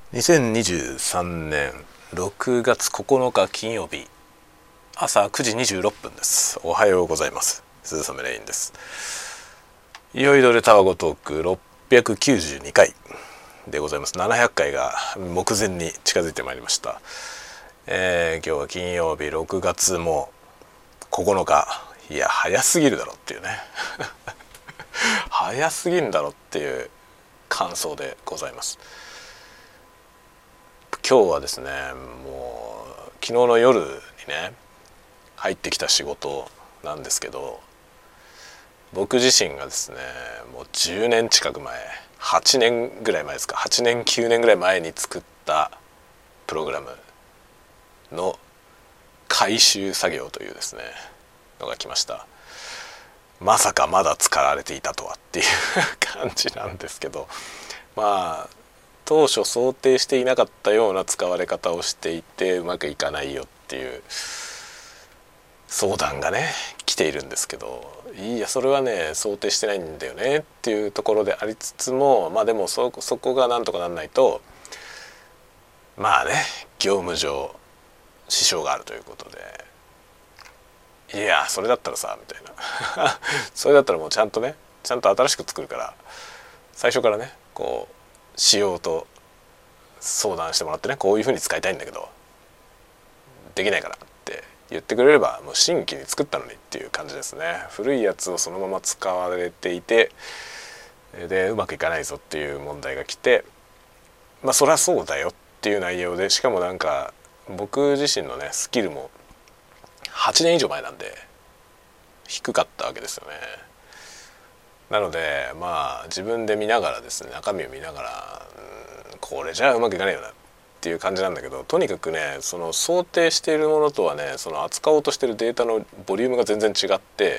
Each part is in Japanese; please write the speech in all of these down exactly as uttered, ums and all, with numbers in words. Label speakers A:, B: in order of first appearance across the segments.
A: にせんにじゅうさんねんろくがつここのか金曜日朝くじにじゅうろっぷんです。おはようございます。鈴雨レインです。いよいよレタワゴトークろっぴゃくきゅうじゅうにかいでございます。ななひゃっかいが目前に近づいてまいりました。えー、今日は金曜日ろくがつもここのか。いや早すぎるだろっていうね早すぎんだろっていう感想でございます。今日はですね、もう昨日の夜にね入ってきた仕事なんですけど、僕自身がですねもうじゅうねん近く前、はちねんぐらい前ですか、はちねんきゅうねんぐらい前に作ったプログラムの回収作業というですねのが来ました。まさかまだ使われていたとはっていう感じなんですけど、まあ当初想定していなかったような使われ方をしていてうまくいかないよっていう相談がね来ているんですけど、いやそれはね想定してないんだよねっていうところでありつつも、まあでも そ, そこがなんとかなんないとまあね業務上支障があるということで、いやそれだったらさみたいなそれだったらもうちゃんとねちゃんと新しく作るから最初からねこう仕様と相談してもらってね、こういう風に使いたいんだけどできないからって言ってくれればもう新規に作ったのにっていう感じですね。古いやつをそのまま使われていてでうまくいかないぞっていう問題が来て、まあそりゃそうだよっていう内容で、しかもなんか僕自身のねスキルもはちねん以上前なんで低かったわけですよね。なのでまあ自分で見ながらですね、中身を見ながら、うん、これじゃあうまくいかないよなっていう感じなんだけど、とにかくねその想定しているものとはねその扱おうとしているデータのボリュームが全然違って、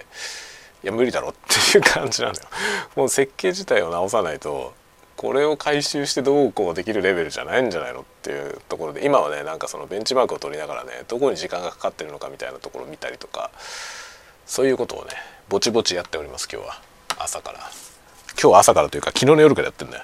A: いや無理だろっていう感じなんだよ。もう設計自体を直さないとこれを回収してどうこうできるレベルじゃないんじゃないのっていうところで、今はねなんかそのベンチマークを取りながらねどこに時間がかかってるのかみたいなところを見たりとか、そういうことをねぼちぼちやっております。今日は朝から、今日は朝からというか昨日の夜からやってるんだよ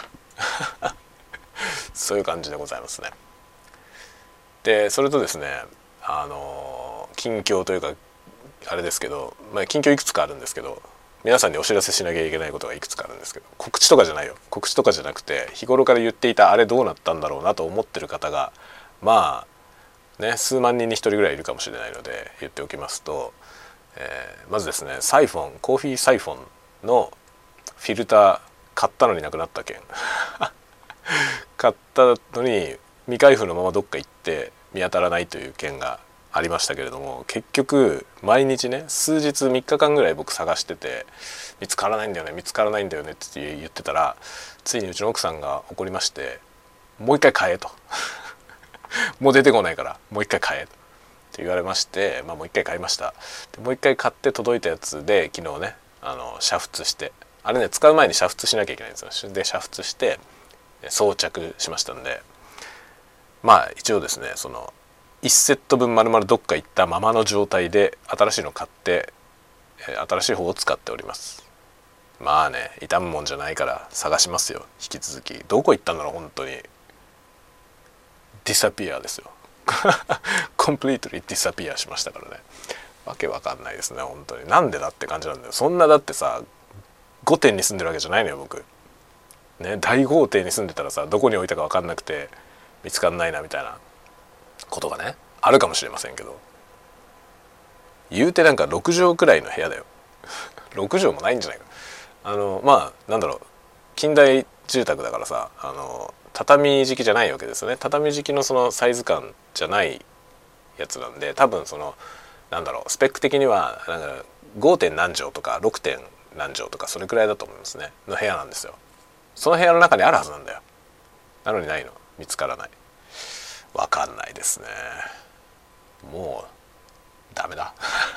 A: そういう感じでございますね。でそれとですねあの近況というかあれですけど、まあ、近況いくつかあるんですけど、皆さんにお知らせしなきゃいけないことがいくつかあるんですけど、告知とかじゃないよ、告知とかじゃなくて日頃から言っていたあれどうなったんだろうなと思ってる方がまあね数万人にひとりぐらいいるかもしれないので言っておきますと、えー、まずですねサイフォンコーヒーサイフォンのフィルター買ったのになくなった件買ったのに未開封のままどっか行って見当たらないという件がありましたけれども、結局毎日ね数日みっかかんぐらい僕探してて見つからないんだよね見つからないんだよねって言ってたら、ついにうちの奥さんが怒りまして、もう一回買えともう出てこないからもう一回買えとって言われまして、まあ、もう一回買いました。でもう一回買って届いたやつで昨日ねあの煮沸して、あれね使う前に煮沸しなきゃいけないんですよ。で煮沸して装着しましたんで、まあ一応ですねそのいちセット分丸々どっか行ったままの状態で新しいの買って新しい方を使っております。まあね傷むもんじゃないから探しますよ引き続き。どこ行ったんだろう本当に。ディサピアですよコンプリートリーディサピアしましたからね。わけわかんないですね本当に。なんでだって感じなんだよ。そんなだってさごてんに住んでるわけじゃないのよ僕ね。大豪邸に住んでたらさどこに置いたか分かんなくて見つかんないなみたいなことがねあるかもしれませんけど、言うてなんかろくじょうくらいの部屋だよろくじょうもないんじゃないか。あのまあなんだろう近代住宅だからさ、あの畳敷きじゃないわけですよね。畳敷きのそのサイズ感じゃないやつなんで、多分そのなんだろうスペック的にはなんか ご. 点何畳とかろくてん何畳とかそれくらいだと思いますねの部屋なんですよ。その部屋の中にあるはずなんだよ。なのにないの、見つからない。わかんないですね。もうダメだ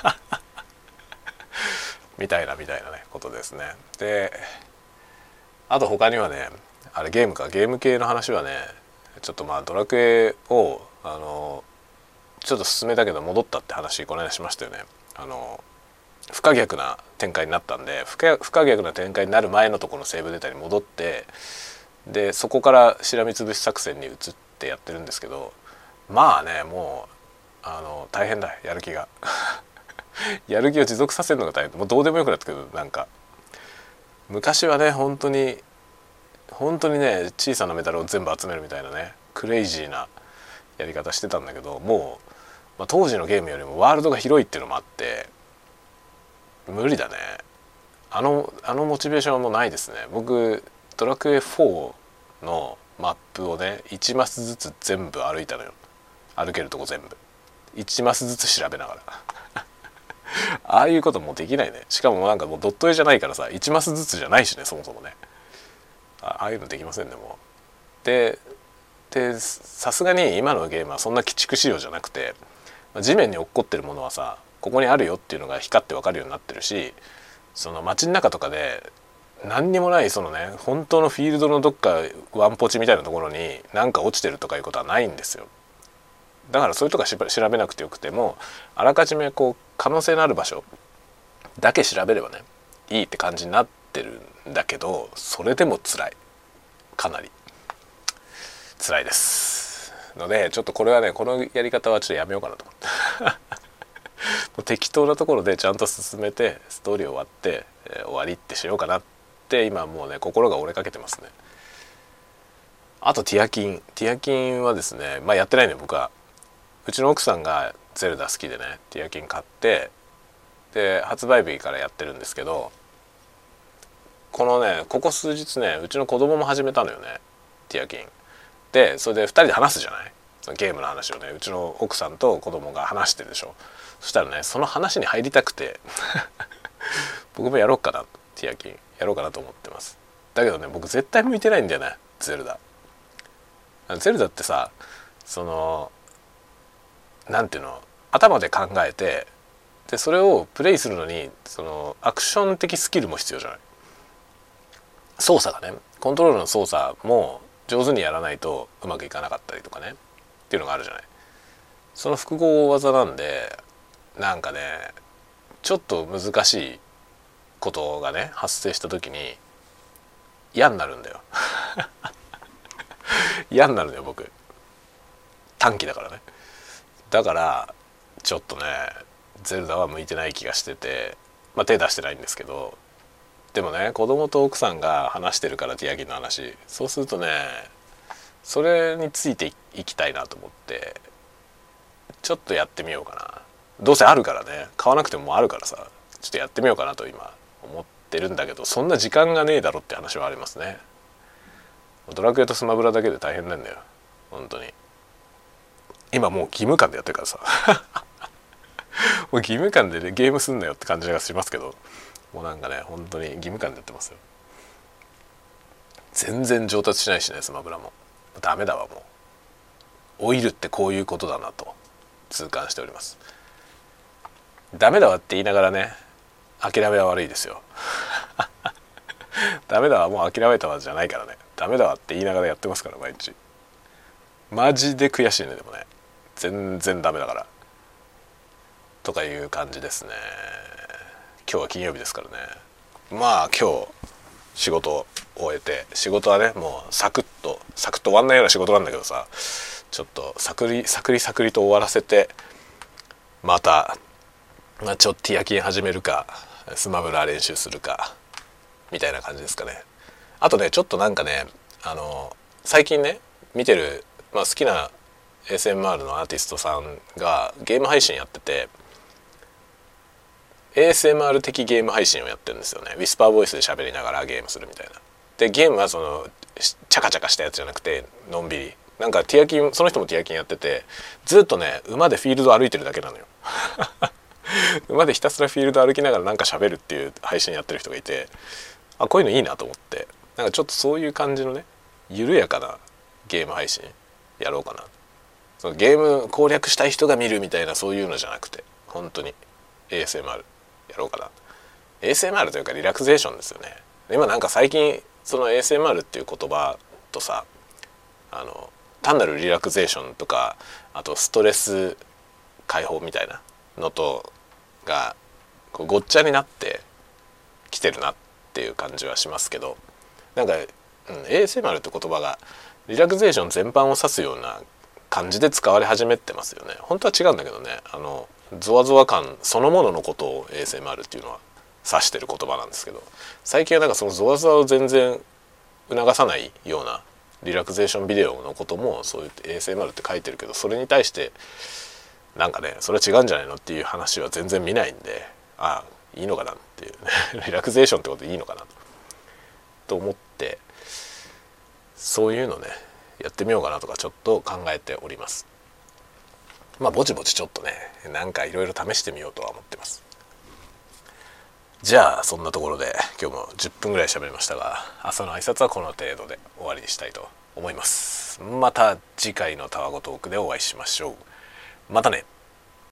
A: みたいなみたいなねことですね。であと他にはねあれゲームかゲーム系の話はねちょっとまあドラクエをあのちょっと進めたけど戻ったって話この間しましたよね。あの不可逆な展開になったんで、不可、不可逆な展開になる前のところのセーブデータに戻ってでそこからしらみつぶし作戦に移ってやってるんですけど、まあねもうあの大変だ、やる気がやる気を持続させるのが大変。もうどうでもよくなってくる。なんか昔はね本当に本当にね小さなメダルを全部集めるみたいなねクレイジーなやり方してたんだけど、もう、まあ、当時のゲームよりもワールドが広いっていうのもあって無理だね。あのあのモチベーションはもうないですね。僕ドラクエフォーのマップをねいちマスずつ全部歩いたのよ。歩けるとこ全部いちマスずつ調べながらああいうこともうできないね。しかもなんかもうドット絵じゃないからさいちマスずつじゃないしね、そもそもね。ああいうのできませんねもう。ででさすがに今のゲームはそんな鬼畜仕様じゃなくて、地面に落っこってるものはさここにあるよっていうのが光って分かるようになってるし、その街の中とかで何にもないそのね本当のフィールドのどっかワンポチみたいなところに何か落ちてるとかいうことはないんですよ。だからそういうとこは調べなくてよくても、あらかじめこう可能性のある場所だけ調べればねいいって感じになってるんだけど、それでも辛い、かなり辛いですので、ちょっとこれはねこのやり方はちょっとやめようかなと思ってもう適当なところでちゃんと進めてストーリー終わって、えー、終わりってしようかなって今もうね心が折れかけてますね。あとティアキンティアキンはですね、まあやってないのよ僕は。うちの奥さんがゼルダ好きでねティアキン買って、で発売日からやってるんですけど、このねここ数日ねうちの子供も始めたのよねティアキンで。それでふたりで話すじゃない、そのゲームの話をねうちの奥さんと子供が話してるでしょ。そしたらねその話に入りたくて僕もやろうかな、ティアキンやろうかなと思ってます。だけどね僕絶対向いてないんだよねゼルダ。ゼルダってさそのなんていうの頭で考えて、でそれをプレイするのにそのアクション的スキルも必要じゃない。操作がねコントロールの操作も上手にやらないとうまくいかなかったりとかねっていうのがあるじゃない。その複合技なんでなんかねちょっと難しいことがね発生した時に嫌になるんだよ嫌になるのよ僕、短期だからね。だからちょっとねゼルダは向いてない気がしてて、まあ手出してないんですけど、でもね子供と奥さんが話してるからティアキンの話、そうするとねそれについていきたいなと思ってちょっとやってみようかな。どうせあるからね買わなくてもあるからさちょっとやってみようかなと今思ってるんだけど、そんな時間がねえだろって話はありますね。ドラクエとスマブラだけで大変なんだよ本当に。今もう義務感でやってるからさもう義務感で、ね、ゲームすんなよって感じがしますけど、もうなんかね本当に義務感でやってますよ。全然上達しないしねスマブラもダメだわ。もう老いるってこういうことだなと痛感しております。ダメだわって言いながらね諦めは悪いですよダメだわもう諦めたわじゃないからね、ダメだわって言いながらやってますから毎日。マジで悔しいね。でもね全然ダメだからとかいう感じですね。今日は金曜日ですからね。まあ今日仕事を終えて、仕事はねもうサクッとサクッと終わんないような仕事なんだけどさ、ちょっとサクリサクリサクリと終わらせてまた、まあ、ちょっとティアキン始めるかスマブラ練習するかみたいな感じですかね。あとねちょっとなんかねあの最近ね見てる、まあ、好きな エーエスエムアール のアーティストさんがゲーム配信やってて エーエスエムアール 的ゲーム配信をやってるんですよね。ウィスパーボイスで喋りながらゲームするみたいな。でゲームはそのチャカチャカしたやつじゃなくてのんびり、なんかティアキンその人もティアキンやっててずっとね馬でフィールド歩いてるだけなのよ馬でひたすらフィールド歩きながらなんか喋るっていう配信やってる人がいて、あこういうのいいなと思って、なんかちょっとそういう感じのね緩やかなゲーム配信やろうかな。そのゲーム攻略したい人が見るみたいなそういうのじゃなくて本当に エーエスエムアール やろうかな。 エーエスエムアール というかリラクゼーションですよね。今なんか最近その エーエスエムアール っていう言葉とさあの単なるリラクゼーションとかあとストレス解放みたいなのとがごっちゃになってきてるなっていう感じはしますけど、なんかうん、エーエスエムアール って言葉がリラクゼーション全般を指すような感じで使われ始めてますよね。本当は違うんだけどね、あのゾワゾワ感そのもののことを エーエスエムアール っていうのは指してる言葉なんですけど、最近はなんかそのゾワゾワを全然促さないようなリラクゼーションビデオのこともそういう エーエスエムアール って書いてるけど、それに対してなんかねそれは違うんじゃないのっていう話は全然見ないんで、ああいいのかなっていうねリラクゼーションってことでいいのかなと思って、そういうのねやってみようかなとかちょっと考えております。まあぼちぼちちょっとねなんかいろいろ試してみようとは思ってます。じゃあそんなところで今日もじゅっぷんぐらい喋りましたが、朝の挨拶はこの程度で終わりにしたいと思います。また次回のたわごトークでお会いしましょう。またね。